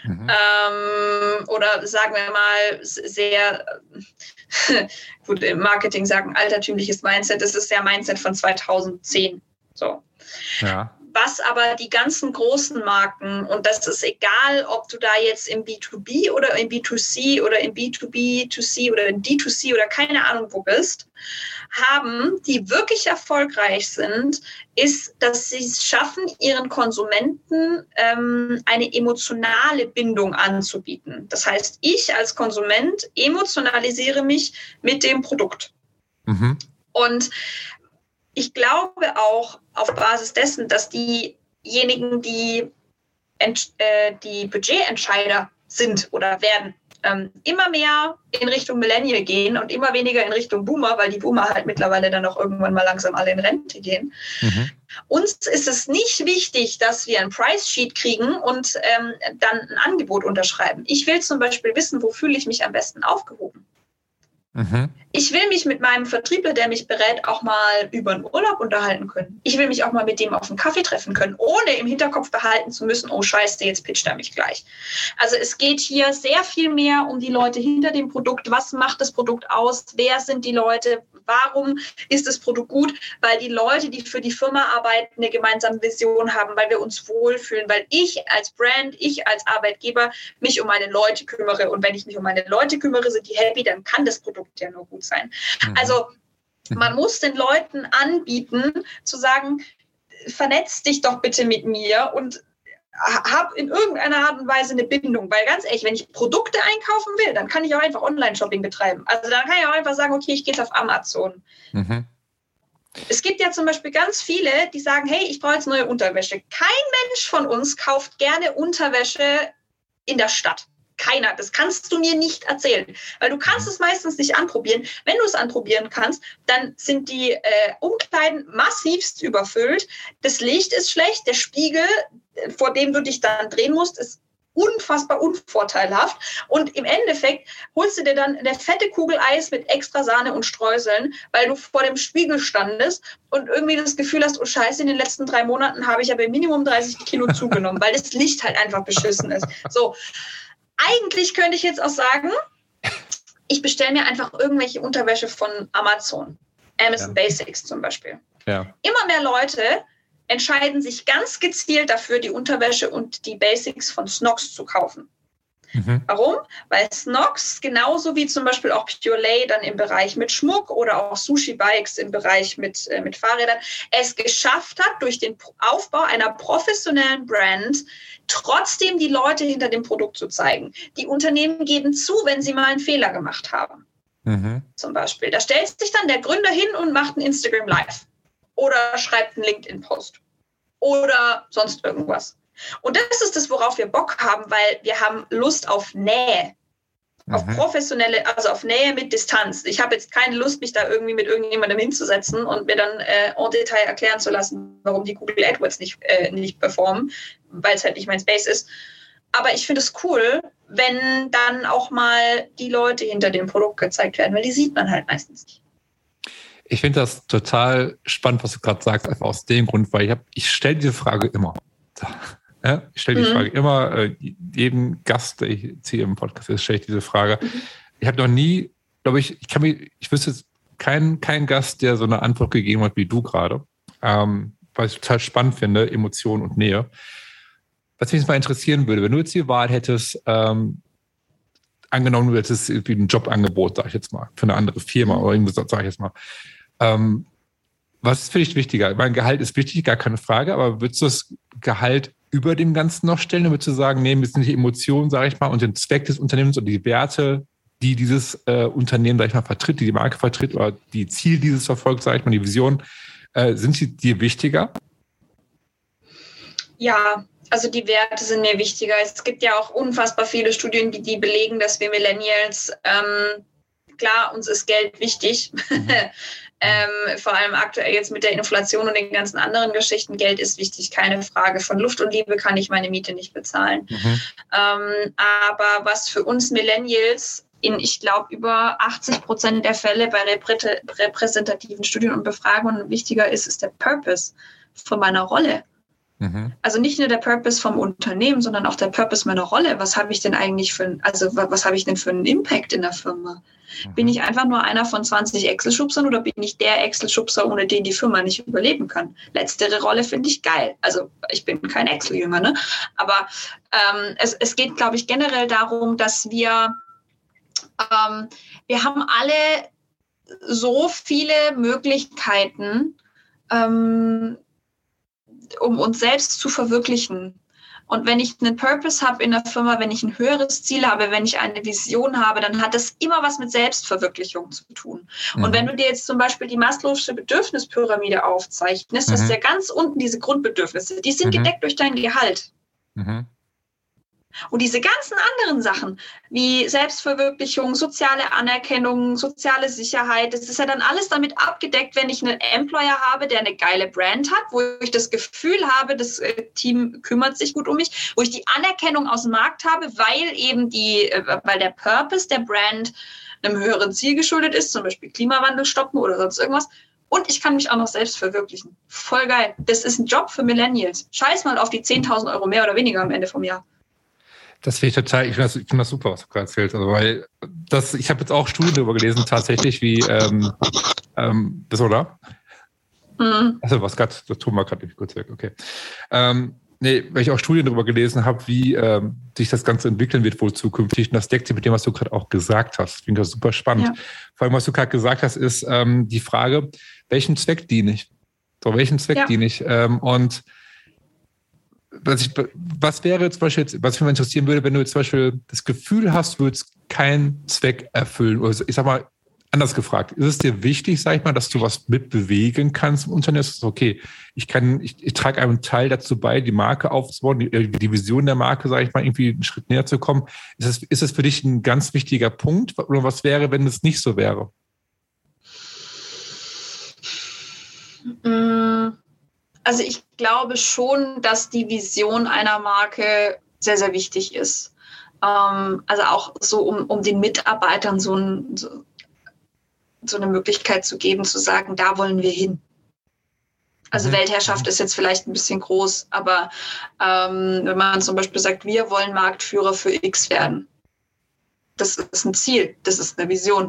Oder sagen wir mal sehr, gut, im Marketing sagen altertümliches Mindset, das ist der Mindset von 2010. So. Ja. Was aber die ganzen großen Marken, und das ist egal, ob du da jetzt im B2B oder im B2C oder im B2B2C oder im D2C oder keine Ahnung wo bist, haben, die wirklich erfolgreich sind, ist, dass sie es schaffen, ihren Konsumenten eine emotionale Bindung anzubieten. Das heißt, ich als Konsument emotionalisiere mich mit dem Produkt. Und ich glaube auch auf Basis dessen, dass diejenigen, die Budgetentscheider sind oder werden, immer mehr in Richtung Millennial gehen und immer weniger in Richtung Boomer, weil die Boomer halt mittlerweile dann auch irgendwann mal langsam alle in Rente gehen. Uns ist es nicht wichtig, dass wir ein Price Sheet kriegen und dann ein Angebot unterschreiben. Ich will zum Beispiel wissen, wo fühle ich mich am besten aufgehoben. Ich will mich mit meinem Vertriebler, der mich berät, auch mal über einen Urlaub unterhalten können. Ich will mich auch mal mit dem auf einen Kaffee treffen können, ohne im Hinterkopf behalten zu müssen, oh Scheiße, jetzt pitcht er mich gleich. Also es geht hier sehr viel mehr um die Leute hinter dem Produkt. Was macht das Produkt aus? Wer sind die Leute? Warum ist das Produkt gut? Weil die Leute, die für die Firma arbeiten, eine gemeinsame Vision haben, weil wir uns wohlfühlen, weil ich als Brand, ich als Arbeitgeber mich um meine Leute kümmere. Und wenn ich mich um meine Leute kümmere, sind die happy, dann kann das Produkt ja nur gut sein. Also man muss den Leuten anbieten, zu sagen, vernetz dich doch bitte mit mir und hab in irgendeiner Art und Weise eine Bindung. Weil ganz ehrlich, wenn ich Produkte einkaufen will, dann kann ich auch einfach Online-Shopping betreiben. Also dann kann ich auch einfach sagen, okay, ich gehe jetzt auf Amazon. Es gibt ja zum Beispiel ganz viele, die sagen, hey, ich brauche jetzt neue Unterwäsche. Kein Mensch von uns kauft gerne Unterwäsche in der Stadt. Keiner. Das kannst du mir nicht erzählen, weil du kannst es meistens nicht anprobieren. Wenn du es anprobieren kannst, dann sind die Umkleiden massivst überfüllt. Das Licht ist schlecht, der Spiegel, vor dem du dich dann drehen musst, ist unfassbar unvorteilhaft. Und im Endeffekt holst du dir dann eine fette Kugel Eis mit extra Sahne und Streuseln, weil du vor dem Spiegel standest und irgendwie das Gefühl hast, oh Scheiße, in den letzten 3 Monaten habe ich aber Minimum 30 Kilo zugenommen, weil das Licht halt einfach beschissen ist. So. Eigentlich könnte ich jetzt auch sagen, ich bestelle mir einfach irgendwelche Unterwäsche von Amazon. Amazon Basics zum Beispiel. Ja. Immer mehr Leute entscheiden sich ganz gezielt dafür, die Unterwäsche und die Basics von Snox zu kaufen. Warum? Weil Snox, genauso wie zum Beispiel auch Pure Lay dann im Bereich mit Schmuck oder auch Sushi Bikes im Bereich mit Fahrrädern, es geschafft hat, durch den Aufbau einer professionellen Brand trotzdem die Leute hinter dem Produkt zu zeigen. Die Unternehmen geben zu, wenn sie mal einen Fehler gemacht haben. Zum Beispiel. Da stellt sich dann der Gründer hin und macht ein Instagram Live oder schreibt einen LinkedIn-Post oder sonst irgendwas. Und das ist das, worauf wir Bock haben, weil wir haben Lust auf Nähe, auf professionelle, also auf Nähe mit Distanz. Ich habe jetzt keine Lust, mich da irgendwie mit irgendjemandem hinzusetzen und mir dann en Detail erklären zu lassen, warum die Google AdWords nicht performen, weil es halt nicht mein Space ist. Aber ich finde es cool, wenn dann auch mal die Leute hinter dem Produkt gezeigt werden, weil die sieht man halt meistens nicht. Ich finde das total spannend, was du gerade sagst, einfach aus dem Grund, weil ich stelle diese Frage immer. Ja, ich stelle die Frage immer, jedem Gast, der ich ziehe im Podcast ist, stelle ich diese Frage. Ich habe noch nie, glaube ich, ich wüsste jetzt keinen Gast, der so eine Antwort gegeben hat wie du gerade, weil ich total spannend finde, Emotionen und Nähe. Was mich jetzt mal interessieren würde, wenn du jetzt die Wahl hättest, angenommen, du hättest irgendwie ein Jobangebot, sag ich jetzt mal, für eine andere Firma oder irgendwas, sag ich jetzt mal. Was ist für dich wichtiger? Mein Gehalt ist wichtig, gar keine Frage, aber würdest du das Gehalt über dem Ganzen noch stellen, damit zu sagen, nee, wir sind die Emotionen, sage ich mal, und den Zweck des Unternehmens und die Werte, die dieses Unternehmen, sage ich mal, vertritt, die Marke vertritt oder die Ziel dieses verfolgt, sage ich mal, die Vision, sind sie dir wichtiger? Ja, also die Werte sind mir wichtiger. Es gibt ja auch unfassbar viele Studien, die belegen, dass wir Millennials, klar, uns ist Geld wichtig, vor allem aktuell jetzt mit der Inflation und den ganzen anderen Geschichten. Geld ist wichtig, keine Frage. Von Luft und Liebe kann ich meine Miete nicht bezahlen. Aber was für uns Millennials ich glaube, über 80% der Fälle bei repräsentativen Studien und Befragungen wichtiger ist der Purpose von meiner Rolle. Also nicht nur der Purpose vom Unternehmen, sondern auch der Purpose meiner Rolle. Was habe ich denn eigentlich was habe ich denn für einen Impact in der Firma? Bin ich einfach nur einer von 20 Excel-Schubsern oder bin ich der Excel-Schubser, ohne den die Firma nicht überleben kann? Letztere Rolle finde ich geil. Also ich bin kein Excel-Jünger, ne? Aber es geht, glaube ich, generell darum, dass wir haben alle so viele Möglichkeiten, um uns selbst zu verwirklichen. Und wenn ich einen Purpose habe in der Firma, wenn ich ein höheres Ziel habe, wenn ich eine Vision habe, dann hat das immer was mit Selbstverwirklichung zu tun. Und wenn du dir jetzt zum Beispiel die Maslow'sche Bedürfnispyramide aufzeichnest, hast du ja ganz unten diese Grundbedürfnisse, die sind gedeckt durch dein Gehalt. Und diese ganzen anderen Sachen, wie Selbstverwirklichung, soziale Anerkennung, soziale Sicherheit, das ist ja dann alles damit abgedeckt, wenn ich einen Employer habe, der eine geile Brand hat, wo ich das Gefühl habe, das Team kümmert sich gut um mich, wo ich die Anerkennung aus dem Markt habe, weil eben weil der Purpose der Brand einem höheren Ziel geschuldet ist, zum Beispiel Klimawandel stoppen oder sonst irgendwas. Und ich kann mich auch noch selbst verwirklichen. Voll geil. Das ist ein Job für Millennials. Scheiß mal auf die 10.000 Euro mehr oder weniger am Ende vom Jahr. Das finde ich total, ich finde das super, was du gerade erzählst. Also, weil ich habe jetzt auch Studien darüber gelesen, tatsächlich, wie, das, oder? Also, was gerade, das tun wir gerade nicht kurz weg, okay. Weil ich auch Studien darüber gelesen habe, wie sich das Ganze entwickeln wird wohl zukünftig. Und das deckt sich mit dem, was du gerade auch gesagt hast. Ich finde das super spannend. Ja. Vor allem, was du gerade gesagt hast, ist die Frage, welchem Zweck diene ich? So, welchen Zweck diene ich? Und was wäre zum Beispiel jetzt, was mich interessieren würde, wenn du jetzt zum Beispiel das Gefühl hast, du würdest keinen Zweck erfüllen? Oder ich sag mal, anders gefragt, ist es dir wichtig, sag ich mal, dass du was mitbewegen kannst im Unternehmen? Das ist okay, ich trage einen Teil dazu bei, die Marke aufzubauen, die Vision der Marke, sage ich mal, irgendwie einen Schritt näher zu kommen. Ist es für dich ein ganz wichtiger Punkt? Oder was wäre, wenn es nicht so wäre? Also ich glaube schon, dass die Vision einer Marke sehr, sehr wichtig ist. Also auch so, um den Mitarbeitern so eine Möglichkeit zu geben, zu sagen, da wollen wir hin. Also Weltherrschaft ist jetzt vielleicht ein bisschen groß, aber wenn man zum Beispiel sagt, wir wollen Marktführer für X werden, das ist ein Ziel, das ist eine Vision.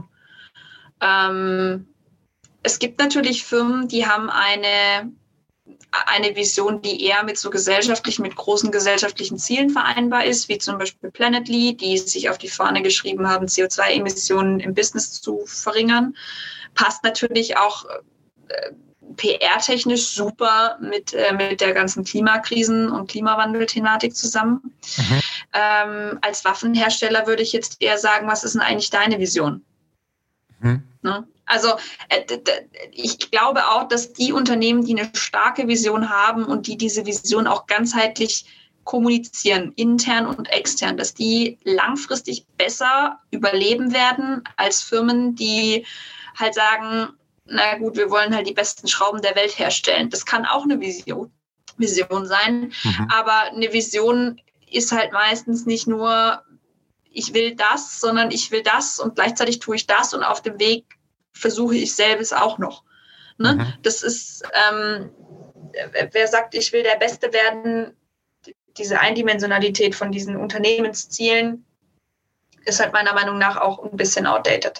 Es gibt natürlich Firmen, die haben eine Vision, die eher mit großen gesellschaftlichen Zielen vereinbar ist, wie zum Beispiel Planetly, die sich auf die Fahne geschrieben haben, CO2-Emissionen im Business zu verringern. Passt natürlich auch PR-technisch super mit der ganzen Klimakrisen- und Klimawandel-Thematik zusammen. Als Waffenhersteller würde ich jetzt eher sagen, was ist denn eigentlich deine Vision? Ne? Also ich glaube auch, dass die Unternehmen, die eine starke Vision haben und die diese Vision auch ganzheitlich kommunizieren, intern und extern, dass die langfristig besser überleben werden als Firmen, die halt sagen, na gut, wir wollen halt die besten Schrauben der Welt herstellen. Das kann auch eine Vision sein, aber eine Vision ist halt meistens nicht nur, ich will das, sondern ich will das und gleichzeitig tue ich das und auf dem Weg versuche ich selbst auch noch. Ne? Das ist, wer sagt, ich will der Beste werden, diese Eindimensionalität von diesen Unternehmenszielen ist halt meiner Meinung nach auch ein bisschen outdated.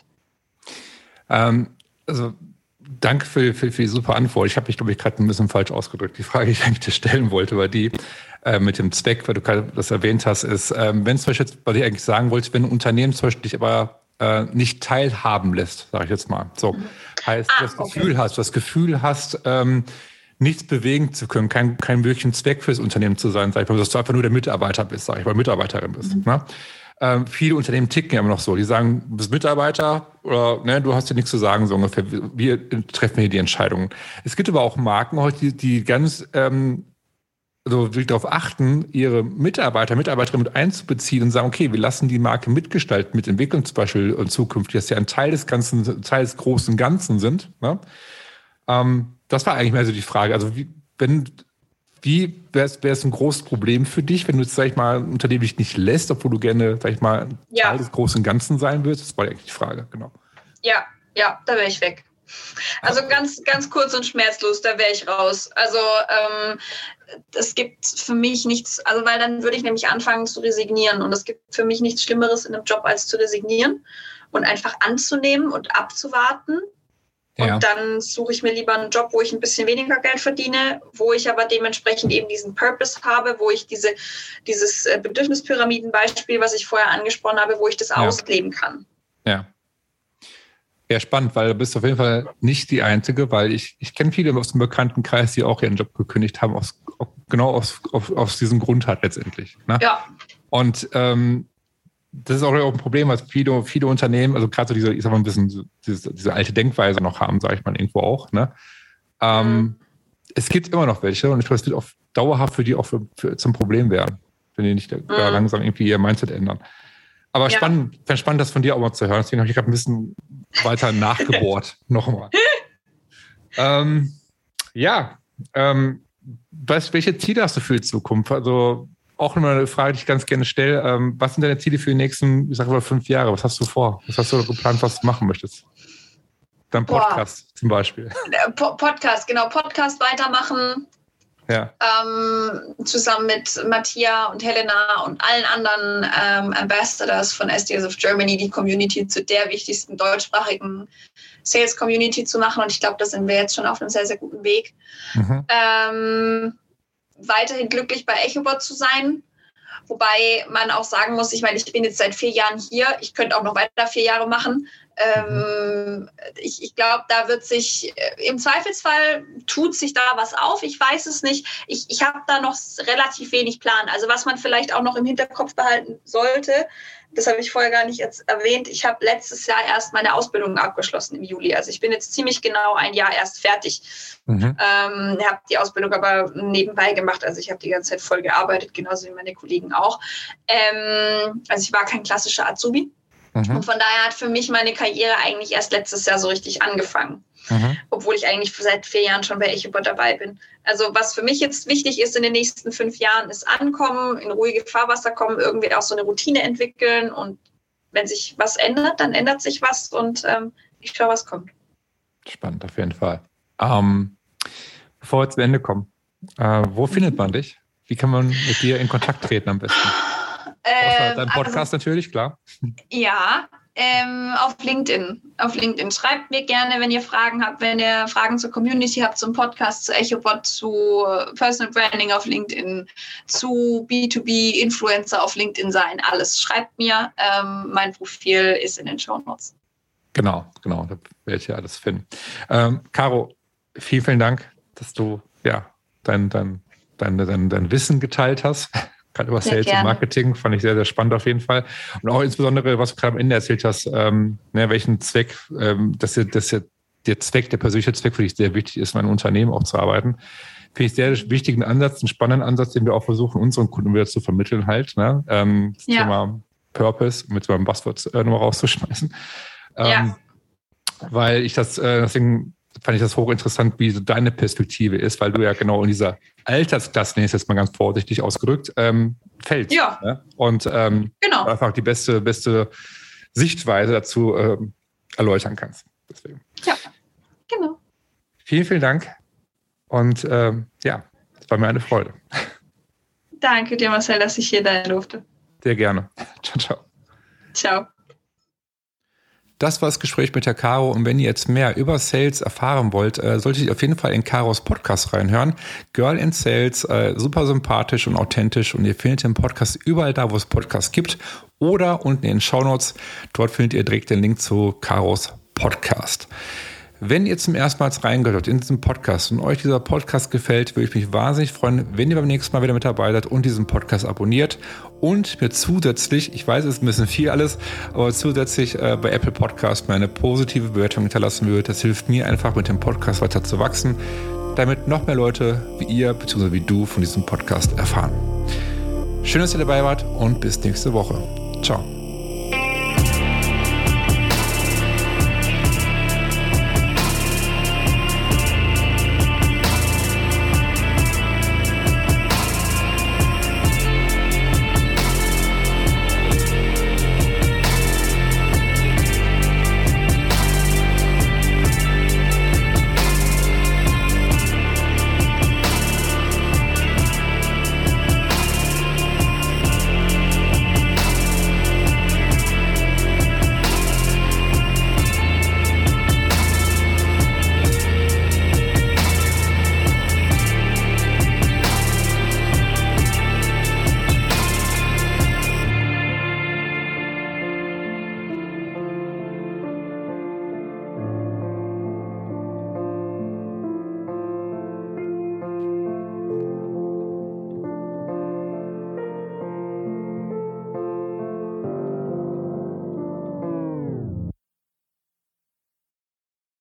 Also danke für die super Antwort. Ich habe mich, glaube ich, gerade ein bisschen falsch ausgedrückt. Die Frage, die ich eigentlich dir stellen wollte, war die mit dem Zweck, weil du gerade das erwähnt hast, ist, wenn zum Beispiel, was ich eigentlich sagen wollte, wenn ein Unternehmen zum Beispiel dich aber nicht teilhaben lässt, sage ich jetzt mal. So heißt, du das Gefühl hast, nichts bewegen zu können, kein wirklichen Zweck fürs Unternehmen zu sein, sag ich mal, dass du einfach nur der Mitarbeiter bist, sag ich mal, Mitarbeiterin bist. Ne? Viele Unternehmen ticken ja immer noch so. Die sagen, du bist Mitarbeiter oder ne, du hast ja nichts zu sagen, so ungefähr. Wir treffen hier die Entscheidungen. Es gibt aber auch Marken heute, die ganz wirklich darauf achten, ihre Mitarbeiterinnen mit einzubeziehen und sagen, okay, wir lassen die Marke mitgestalten, mitentwickeln zum Beispiel und zukünftig, dass sie ein Teil des großen Ganzen sind. Ne? Das war eigentlich mehr so die Frage. Also wie wäre es ein großes Problem für dich, wenn du jetzt, sag ich mal, ein Unternehmen dich nicht lässt, obwohl du gerne, sag ich mal, ein Teil des großen Ganzen sein willst? Das war eigentlich die Frage, genau. Ja, da wäre ich weg. Also ganz, ganz kurz und schmerzlos, da wäre ich raus. Also es gibt für mich nichts, also weil dann würde ich nämlich anfangen zu resignieren und es gibt für mich nichts Schlimmeres in einem Job, als zu resignieren und einfach anzunehmen und abzuwarten. Und dann suche ich mir lieber einen Job, wo ich ein bisschen weniger Geld verdiene, wo ich aber dementsprechend eben diesen Purpose habe, wo ich dieses Bedürfnispyramidenbeispiel, was ich vorher angesprochen habe, wo ich das ausleben kann. Ja. Ja, spannend, weil du bist auf jeden Fall nicht die Einzige, weil ich kenne viele aus dem Bekanntenkreis, die auch ihren Job gekündigt haben, aus diesem Grund halt letztendlich. Ne? Ja. Und das ist auch ein Problem, was viele Unternehmen, also gerade so diese alte Denkweise noch haben, sage ich mal irgendwo auch. Ne? Es gibt immer noch welche und ich glaube, es wird auch dauerhaft für die auch zum Problem werden, wenn die nicht da langsam irgendwie ihr Mindset ändern. Aber spannend, das von dir auch mal zu hören. Deswegen habe ich gerade ein bisschen weiter nachgebohrt. Nochmal. Welche Ziele hast du für die Zukunft? Also auch immer eine Frage, die ich ganz gerne stelle. Was sind deine Ziele für die nächsten, ich sag mal, 5 Jahre? Was hast du vor? Was hast du geplant, was du machen möchtest? Dein Podcast zum Beispiel. Podcast weitermachen. Ja. Zusammen mit Matthias und Helena und allen anderen Ambassadors von SDS of Germany, die Community zu der wichtigsten deutschsprachigen Sales-Community zu machen. Und ich glaube, da sind wir jetzt schon auf einem sehr, sehr guten Weg. Weiterhin glücklich bei Echobot zu sein. Wobei man auch sagen muss, ich meine, ich bin jetzt seit 4 Jahren hier. Ich könnte auch noch weiter 4 Jahre machen. Ich glaube, da wird sich, im Zweifelsfall tut sich da was auf. Ich weiß es nicht. Ich habe da noch relativ wenig Plan. Also was man vielleicht auch noch im Hinterkopf behalten sollte, das habe ich vorher gar nicht erwähnt. Ich habe letztes Jahr erst meine Ausbildung abgeschlossen im Juli. Also ich bin jetzt ziemlich genau 1 Jahr erst fertig. Habe die Ausbildung aber nebenbei gemacht. Also ich habe die ganze Zeit voll gearbeitet, genauso wie meine Kollegen auch. Also ich war kein klassischer Azubi. Und von daher hat für mich meine Karriere eigentlich erst letztes Jahr so richtig angefangen. Obwohl ich eigentlich seit 4 Jahren schon bei Echobot dabei bin. Also was für mich jetzt wichtig ist in den nächsten 5 Jahren, ist ankommen, in ruhige Fahrwasser kommen, irgendwie auch so eine Routine entwickeln. Und wenn sich was ändert, dann ändert sich was und ich schaue, was kommt. Spannend, auf jeden Fall. Bevor wir zum Ende kommen, wo findet man dich? Wie kann man mit dir in Kontakt treten am besten? Außer deinem Podcast natürlich, klar. Ja, auf LinkedIn. Schreibt mir gerne, wenn ihr Fragen habt, wenn ihr Fragen zur Community habt, zum Podcast, zu Echobot, zu Personal Branding auf LinkedIn, zu B2B-Influencer auf LinkedIn sein. Alles schreibt mir. Mein Profil ist in den Shownotes. Genau. Da werde ich ja alles finden. Caro, vielen Dank, dass du dein Wissen geteilt hast. Gerade über Sales und Marketing, fand ich sehr, sehr spannend auf jeden Fall. Und auch insbesondere, was du gerade am Ende erzählt hast, welchen Zweck, dass der Zweck, der persönliche Zweck für dich sehr wichtig ist, in einem Unternehmen auch zu arbeiten. Finde ich sehr wichtigen Ansatz, einen spannenden Ansatz, den wir auch versuchen, unseren Kunden wieder zu vermitteln halt. Das Thema Purpose, mit so einem Buzzword nochmal rauszuschmeißen. Weil ich deswegen fand ich das hochinteressant, wie so deine Perspektive ist, weil du ja genau in dieser Altersklasse, jetzt mal ganz vorsichtig ausgedrückt, fällst. Ja. Ne? Und einfach die beste Sichtweise dazu erläutern kannst. Deswegen. Ja, genau. Vielen Dank. Und es war mir eine Freude. Danke dir, Marcel, dass ich hier sein durfte. Sehr gerne. Ciao. Ciao. Das war das Gespräch mit der Caro und wenn ihr jetzt mehr über Sales erfahren wollt, solltet ihr auf jeden Fall in Caros Podcast reinhören. Girl in Sales, super sympathisch und authentisch und ihr findet den Podcast überall da, wo es Podcasts gibt oder unten in den Shownotes. Dort findet ihr direkt den Link zu Caros Podcast. Wenn ihr zum ersten Mal reingehört habt in diesen Podcast und euch dieser Podcast gefällt, würde ich mich wahnsinnig freuen, wenn ihr beim nächsten Mal wieder mit dabei seid und diesen Podcast abonniert und mir zusätzlich, ich weiß, es ist ein bisschen viel alles, aber zusätzlich bei Apple Podcast mir eine positive Bewertung hinterlassen würdet. Das hilft mir einfach, mit dem Podcast weiter zu wachsen, damit noch mehr Leute wie ihr bzw. wie du von diesem Podcast erfahren. Schön, dass ihr dabei wart und bis nächste Woche. Ciao.